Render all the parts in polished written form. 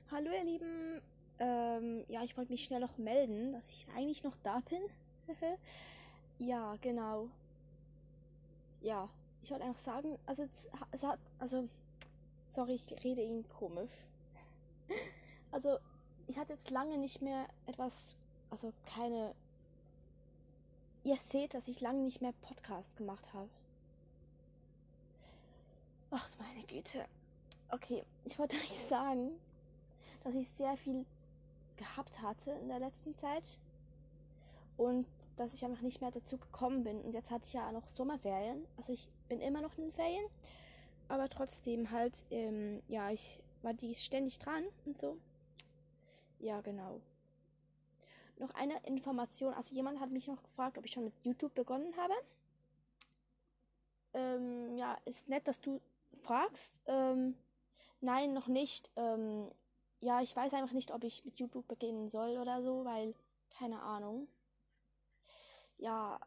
Hallo ihr Lieben, ja, ich wollte mich schnell noch melden, dass ich eigentlich noch da bin. Ja, genau. Ja, ich wollte einfach sagen, also, sorry, ich rede Ihnen komisch. Also, ich hatte jetzt lange nicht mehr etwas, also keine, ihr seht, dass ich lange nicht mehr Podcast gemacht habe. Ach, meine Güte. Okay, ich wollte euch sagen, dass ich sehr viel gehabt hatte in der letzten Zeit. Und dass ich einfach nicht mehr dazu gekommen bin. Und jetzt hatte ich ja noch Sommerferien. Also ich bin immer noch in den Ferien. Aber trotzdem halt, ja, ich war die ständig dran und so. Ja, genau. Noch eine Information. Also jemand hat mich noch gefragt, ob ich schon mit YouTube begonnen habe. Ja, ist nett, dass du fragst. Nein, noch nicht. Ja, ich weiß einfach nicht, ob ich mit YouTube beginnen soll oder so, weil, keine Ahnung. Ja,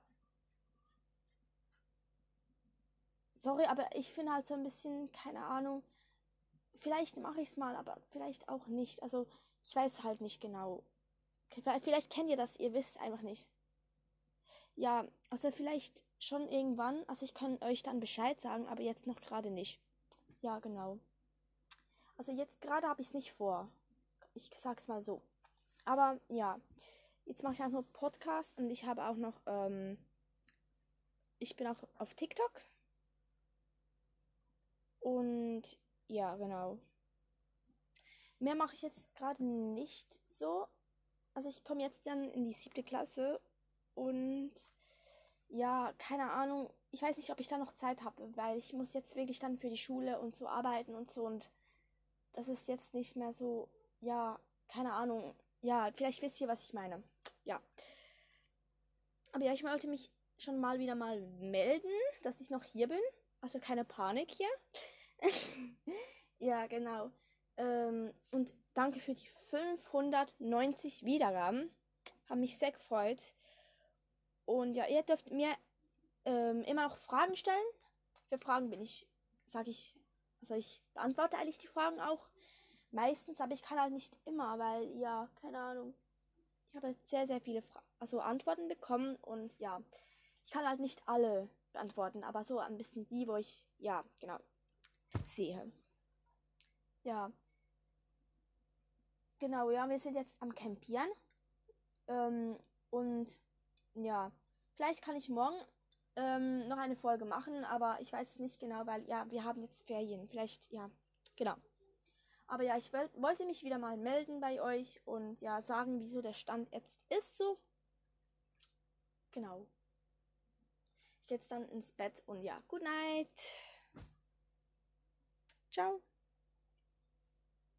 sorry, aber ich finde halt so ein bisschen, keine Ahnung, vielleicht mache ich es mal, aber vielleicht auch nicht. Also, ich weiß halt nicht genau. Vielleicht kennt ihr das, ihr wisst es einfach nicht. Ja, also vielleicht schon irgendwann. Also ich kann euch dann Bescheid sagen, aber jetzt noch gerade nicht. Ja, genau. Also jetzt gerade habe ich es nicht vor. Ich sag's mal so. Aber ja, jetzt mache ich einfach nur Podcast und ich habe auch noch, ich bin auch auf TikTok und ja, genau. Mehr mache ich jetzt gerade nicht so. Also ich komme jetzt dann in die 7. Klasse und ja, keine Ahnung. Ich weiß nicht, ob ich da noch Zeit habe, weil ich muss jetzt wirklich dann für die Schule und so arbeiten und so und das ist jetzt nicht mehr so, ja, keine Ahnung. Ja, vielleicht wisst ihr, was ich meine. Ja. Aber ja, ich wollte mich schon mal wieder mal melden, dass ich noch hier bin. Also keine Panik hier. Ja, genau. Und danke für die 590 Wiedergaben. Haben mich sehr gefreut. Und ja, ihr dürft mir immer noch Fragen stellen. Für Fragen bin ich, sage ich, also ich beantworte eigentlich die Fragen auch meistens, aber ich kann halt nicht immer, weil ja, keine Ahnung. Ich habe sehr, sehr viele also Antworten bekommen und ja, ich kann halt nicht alle beantworten, aber so ein bisschen die, wo ich, ja, genau, sehe. Ja, genau, ja, wir sind jetzt am Campieren. Und ja, vielleicht kann ich morgen noch eine Folge machen, aber ich weiß es nicht genau, weil ja, wir haben jetzt Ferien. Vielleicht, ja, genau. Aber ja, ich wollte mich wieder mal melden bei euch und ja, sagen, wieso der Stand jetzt ist so. Genau. Ich gehe jetzt dann ins Bett und ja, good night. Ciao.